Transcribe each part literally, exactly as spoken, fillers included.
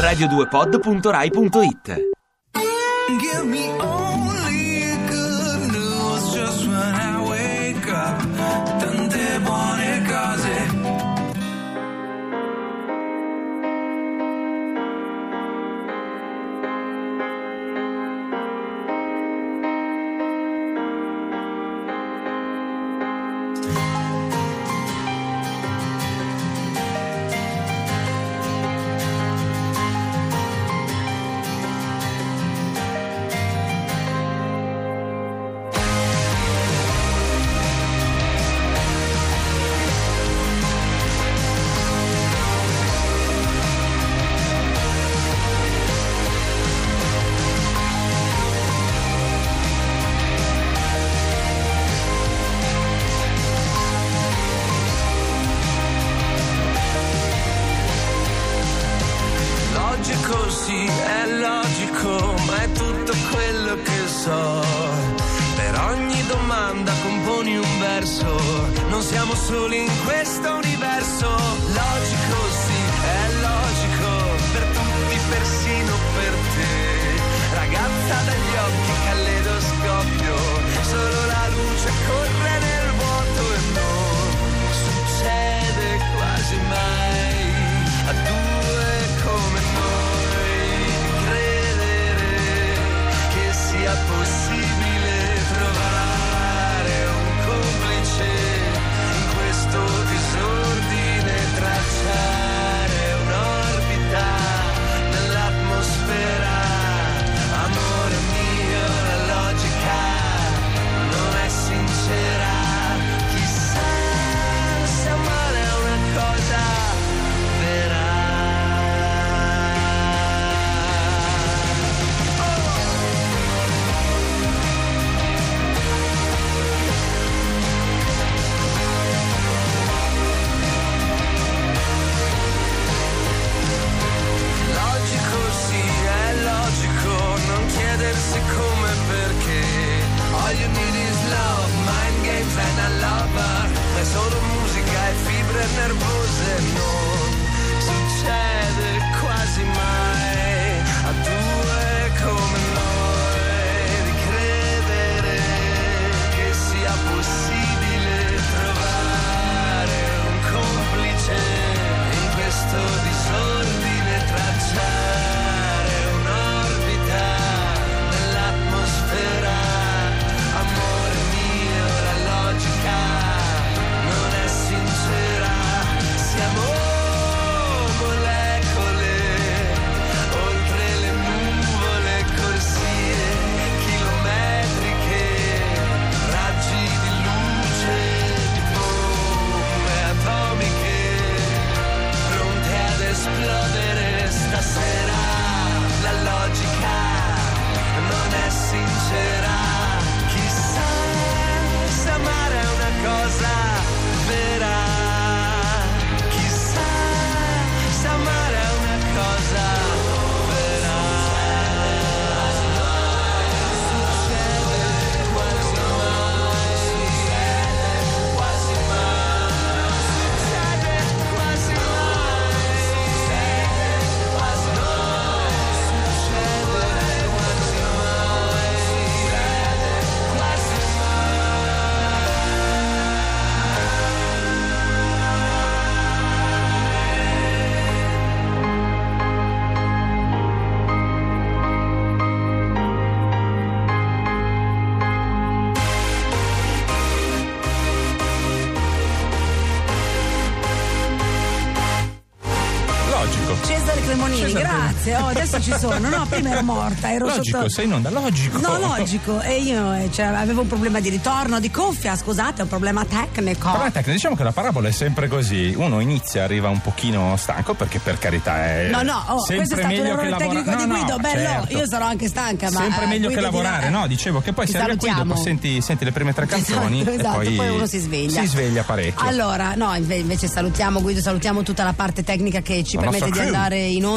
radio due pod punto rai punto it. Give me only good news just when I wake up. Tante buone cose. Sì, è logico, ma è tutto quello che so. Per ogni domanda componi un verso. Non siamo soli in questo universo. Logico, sì, è logico. Per tutti, persino per te. Ragazza dagli occhi, caleidoscopio. Solo la luce corre nel vuoto e non succede quasi mai a due come noi. Sia possibile trovare un complice in questo disordine, tracciare un'orbita nell'atmosfera. Amore mio, la logica non è sincera. Chissà se amare è una cosa vera. Chiedersi come e perché. All you need is love, mind games and a lover. Ma è solo musica e fibre nervose. Non succede quasi mai a due come noi di credere che sia possibile trovare un complice in questo disordine, tracciare amore mio, la logica non è sincera. Siamo molecole oltre le nuvole, corsie chilometriche, raggi di luce, di bombe atomiche pronte ad esplodere stasera. La logica non è sincera. Chissà se amare è una cosa vera. Chissà se amare è una cosa vera. Succede quasi mai. Succede quasi mai. Succede quasi mai. Succede quasi mai. Succede quasi mai. Cesare Cremonini, Cesare grazie. Oh, adesso ci sono. No, prima ero morta. Ero Logico, sotto... sei in onda, logico. No, logico. E io eh, cioè, avevo un problema di ritorno di cuffia, scusate, un problema tecnico. Problema tecnico, diciamo che la parabola è sempre così. Uno inizia, arriva un pochino stanco, perché per carità è No, no, oh, questo è stato un errore tecnico di Guido, no, bello. certo. Io sarò anche stanca, ma sempre eh, meglio Guido che lavorare, dirà, no? Dicevo che poi ti se arrivi qui salutiamo. dopo senti, senti le prime tre canzoni Esatto, esatto, e poi, poi uno si sveglia. Si sveglia parecchio. Allora, no, inve- invece salutiamo Guido, salutiamo tutta la parte tecnica che ci La permette nostra di crew. andare in onda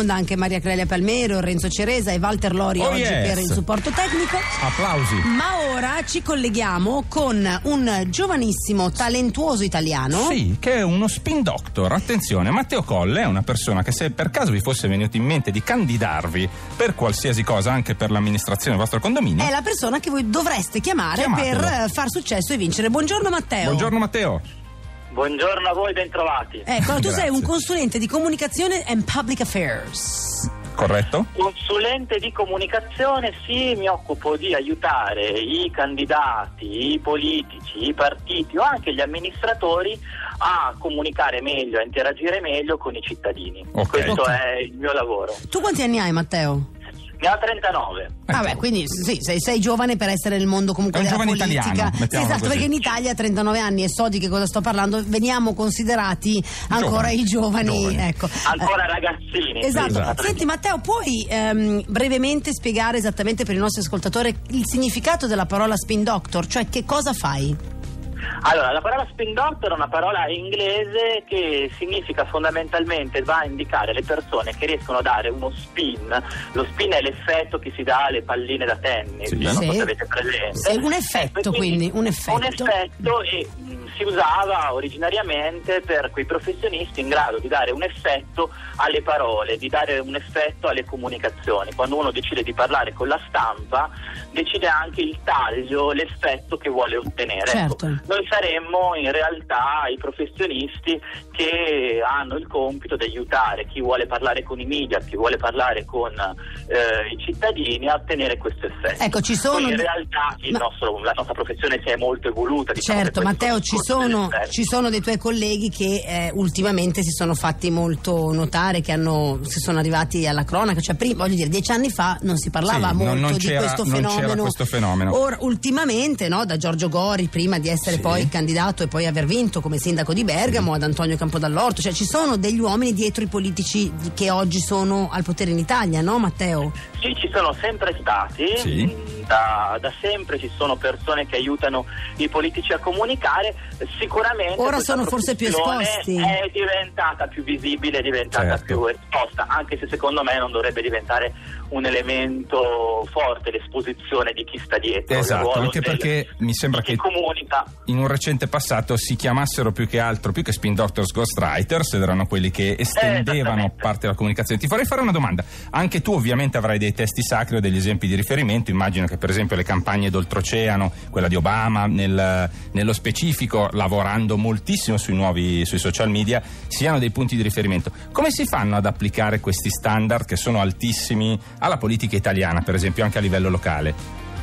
onda anche Maria Clelia Palmero, Renzo Ceresa e Walter Lori oh oggi yes. per il supporto tecnico. Applausi. Ma ora ci colleghiamo con un giovanissimo, talentuoso italiano. Sì, che è uno spin doctor. Attenzione, Matteo Colle è una persona che, se per caso vi fosse venuto in mente di candidarvi per qualsiasi cosa, anche per l'amministrazione del vostro condominio, è la persona che voi dovreste chiamare Chiamatelo. per far successo e vincere. Buongiorno Matteo. Buongiorno Matteo. Buongiorno a voi, bentrovati. Ecco, tu Grazie. sei un consulente di comunicazione and public affairs. Corretto? Consulente di comunicazione, sì, mi occupo di aiutare i candidati, i politici, i partiti o anche gli amministratori a comunicare meglio, a interagire meglio con i cittadini. Ok. Questo Ok. è il mio lavoro. Tu quanti anni hai, Matteo? Ne ho trentanove. Vabbè, quindi sì, sei, sei giovane per essere nel mondo comunque È un della giovane politica. italiano, Sì, mettiamolo esatto, così. perché in Italia a trentanove anni, e so di che cosa sto parlando, veniamo considerati ancora Giovani. i giovani, Giovani. ecco. Ancora ragazzini. Esatto. Esatto. Senti Matteo, puoi ehm, brevemente spiegare esattamente per i nostri ascoltatori il significato della parola spin doctor, cioè che cosa fai? Allora, la parola spin doctor è una parola inglese che significa fondamentalmente, va a indicare le persone che riescono a dare uno spin. Lo spin è l'effetto che si dà alle palline da tennis, Sì. non so Sì. se avete presente. Sì, un effetto, Eh, quindi, un effetto. Un effetto e mh, si usava originariamente per quei professionisti in grado di dare un effetto alle parole, di dare un effetto alle comunicazioni. Quando uno decide di parlare con la stampa, decide anche il taglio, l'effetto che vuole ottenere. Certo. Ecco, noi saremmo in realtà i professionisti che hanno il compito di aiutare chi vuole parlare con i media, chi vuole parlare con eh, i cittadini a ottenere questo effetto. Ecco, ci sono... Poi in realtà il Ma- nostro, la nostra professione si è molto evoluta. Diciamo Certo, che questo Matteo, ci discorso sono, dell'effetto- ci sono dei tuoi colleghi che eh, ultimamente si sono fatti molto notare, che hanno, si sono arrivati alla cronaca, cioè prima, voglio dire, dieci anni fa non si parlava Sì, molto non- non di c'era- questo non c'era fenomeno. questo fenomeno. Ora, ultimamente, no, da Giorgio Gori, prima di essere Sì. poi candidato e poi aver vinto come sindaco di Bergamo, ad Antonio Campodall'Orto, cioè ci sono degli uomini dietro i politici che oggi sono al potere in Italia, no Matteo? Sì, ci sono sempre stati, Sì. mh, da, da sempre ci sono persone che aiutano i politici a comunicare, sicuramente Ora questa sono forse più professione esposti. è diventata più visibile, è diventata Certo. più esposta, anche se secondo me non dovrebbe diventare un elemento forte l'esposizione di chi sta dietro. il Esatto, ruolo anche del- perché mi sembra di chi che comunica. in un recente passato si chiamassero più che altro, più che spin doctors, ghostwriters, ed erano quelli che estendevano esattamente. parte della comunicazione. Ti vorrei fare una domanda. Anche tu ovviamente avrai dei testi sacri o degli esempi di riferimento. Immagino che per esempio le campagne d'oltreoceano, quella di Obama nel- nello specifico, lavorando moltissimo sui nuovi sui social media, siano dei punti di riferimento. Come si fanno ad applicare questi standard che sono altissimi alla politica italiana, per esempio anche a livello locale?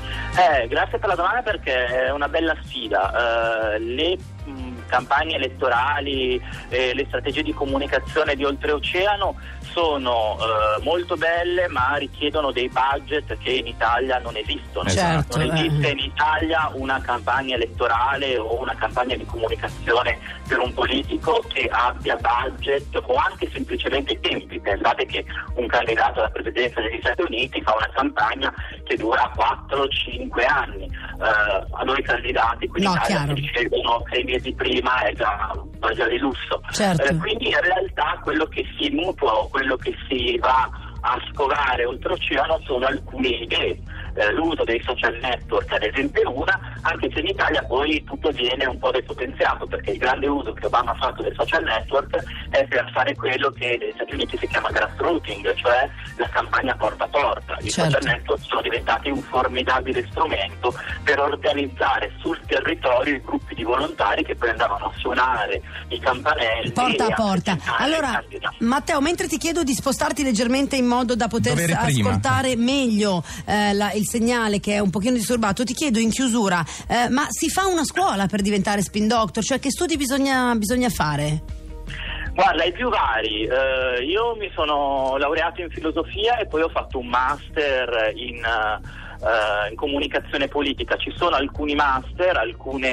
Eh, grazie per la domanda, perché è una bella sfida. Eh, le mh, campagne elettorali, eh, le strategie di comunicazione di oltreoceano sono eh, molto belle, ma richiedono dei budget che in Italia non esistono. Certo, non esiste eh. in Italia una campagna elettorale o una campagna di comunicazione per un politico che abbia budget o anche semplicemente tempi. Pensate che un candidato alla presidenza degli Stati Uniti fa una campagna che dura quattro cinque anni. Eh, a noi candidati qui in No, Italia chiaro. si scelgono sei mesi prima, è già, è già di lusso. Certo. Eh, quindi in realtà quello che si mutua o quello che si va a scovare oltreoceano sono alcune idee. Eh, l'uso dei social network ad esempio è una, anche se in Italia poi tutto viene un po' depotenziato, perché il grande uso che Obama ha fatto dei social network è per fare quello che negli Stati Uniti si chiama grassrooting, cioè la campagna porta a porta. I Certo. social network sono diventati un formidabile strumento per organizzare sul territorio i gruppi di volontari che poi andavano a suonare i campanelli Porta e a porta. presentare i Allora, candidati. Matteo, mentre ti chiedo di spostarti leggermente in modo da poter Dove eri prima? ascoltare meglio eh, la- il segnale che è un pochino disturbato, ti chiedo in chiusura, eh, ma si fa una scuola per diventare spin doctor? Cioè che studi bisogna, bisogna fare? Guarda, i più vari. Eh, io mi sono laureato in filosofia e poi ho fatto un master in, eh, in comunicazione politica. Ci sono alcuni master, alcune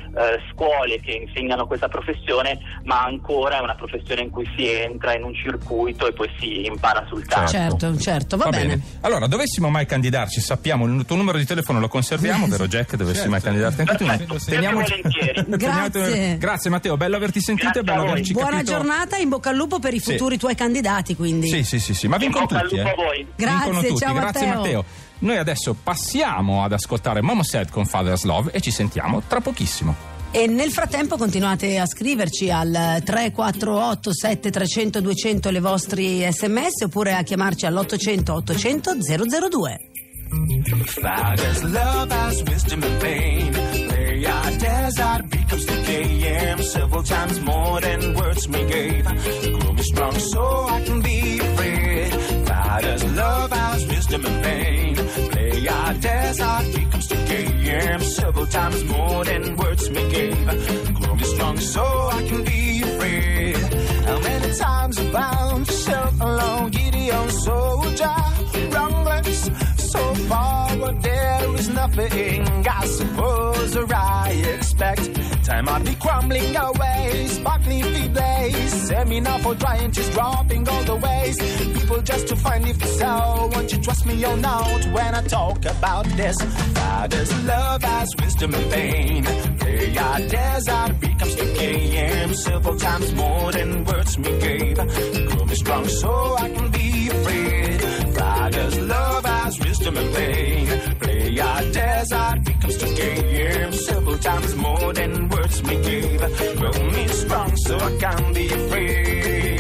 eh, scuole che insegnano questa professione, ma ancora è una professione in cui si entra in un circuito e poi si impara sul campo. Certo, certo, va, Va bene. bene. Allora, dovessimo mai candidarci, sappiamo, il tuo numero di telefono lo conserviamo, vero Jack? Dovessi Certo. mai candidarti anche tu. Perfetto, Teniamo- volentieri. Grazie. Grazie Matteo, bello averti sentito Grazie e bello a voi. averci Buona capito. giornata, in bocca al lupo per i Sì. futuri tuoi candidati, quindi. Sì, sì, sì, sì, ma In vincono bocca al tutti, lupo eh. a voi. Grazie, Vincono tutti. ciao Grazie Matteo. Matteo. Noi adesso passiamo ad ascoltare Momo Said con Father's Love e ci sentiamo tra pochissimo. E nel frattempo continuate a scriverci al tre quattro otto sette trecento duecento le vostri sms oppure a chiamarci all'ottocento ottocento zero zero due. Father's love has wisdom and pain. Play our desert becomes the K M several times more than words me gave. Grow me strong so I can be free. Father's love has wisdom and pain. Play our desert becomes the K M several times more than words me gave. Grow me strong so I can be free. How many times have bound yourself alone, Gideon soldier, wrongless. So forward there is nothing, I suppose, or I expect. Time might be crumbling away, sparkling feet blaze. Seminar for giants dropping all the ways. People just to find if so. Won't you trust me or not when I talk about this? Father's love has wisdom and pain. Play our desert becomes the K M several times more than words me gave. Grow me strong so I can be free. Father's love has wisdom and pain. Play our desert becomes the K M several times more than words me gave. Grow me strong so I can be free.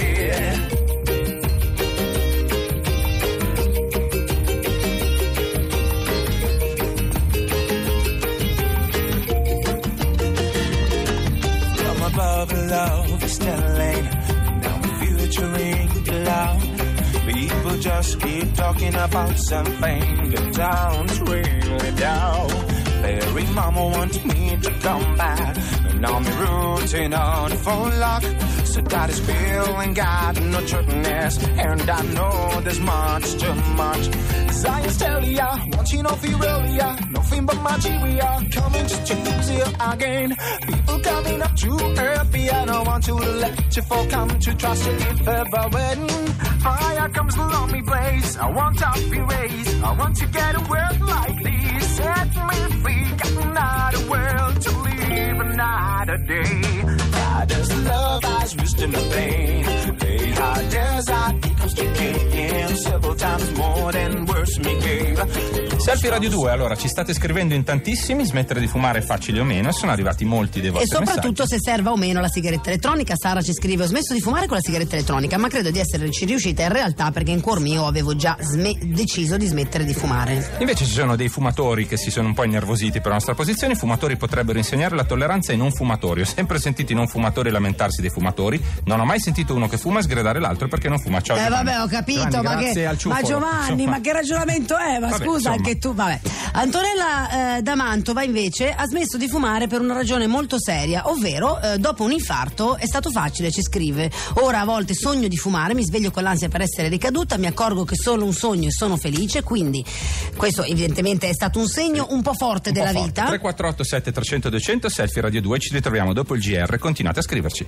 From above, love is telling. Now the future ain't loud. People just keep talking about something that sounds really down. Fairy mama wants me to come back, and now me rooting on for luck. So God is feeling God, no truthfulness, and I know there's much too much. Science tell ya, want you know feel really ya, nothing but material coming to choose you again. People coming up too early, I don't want to let you fall, come to trust you if ever when fire comes along me place. I want to be raised, I want to get a world like this. Set me free, got another world to live another day. Father's love has wisdom and pain. Play hard desert becomes the game several times more than words me gave. Selfie Radio due, allora ci state scrivendo in tantissimi, smettere di fumare è facile o meno, sono arrivati molti dei E vostri soprattutto messaggi. se serva o meno la sigaretta elettronica. Sara ci scrive: ho smesso di fumare con la sigaretta elettronica, ma credo di esserci riuscita in realtà perché in cuor mio avevo già sme- deciso di smettere di fumare. Invece ci sono dei fumatori che si sono un po' innervositi per la nostra posizione. I fumatori potrebbero insegnare la tolleranza ai non fumatori. Ho sempre sentito i non fumatori lamentarsi dei fumatori, non ho mai sentito uno che fuma sgridare l'altro perché non fuma. Ciao Eh Giovanni. vabbè, ho capito, Giovanni, ma grazie che al ciuffolo. ma Giovanni, Insomma. ma che ragionamento è? Ma Vabbè, scusa, insomma. anche tu, vabbè. Antonella eh, da Mantova invece ha smesso di fumare per una ragione molto seria, ovvero eh, dopo un infarto è stato facile, ci scrive. Ora a volte sogno di fumare, mi sveglio con l'ansia per essere ricaduta, mi accorgo che è solo un sogno e sono felice, quindi questo evidentemente è stato un segno un po' forte Un po' della forte. vita. tre quattro otto sette trecento duecento Selfie Radio due, ci ritroviamo dopo il G R, continuate a scriverci.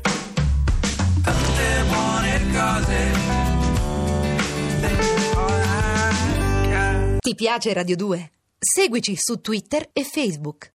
Tante buone cose. Ti piace Radio due? Seguici su Twitter e Facebook.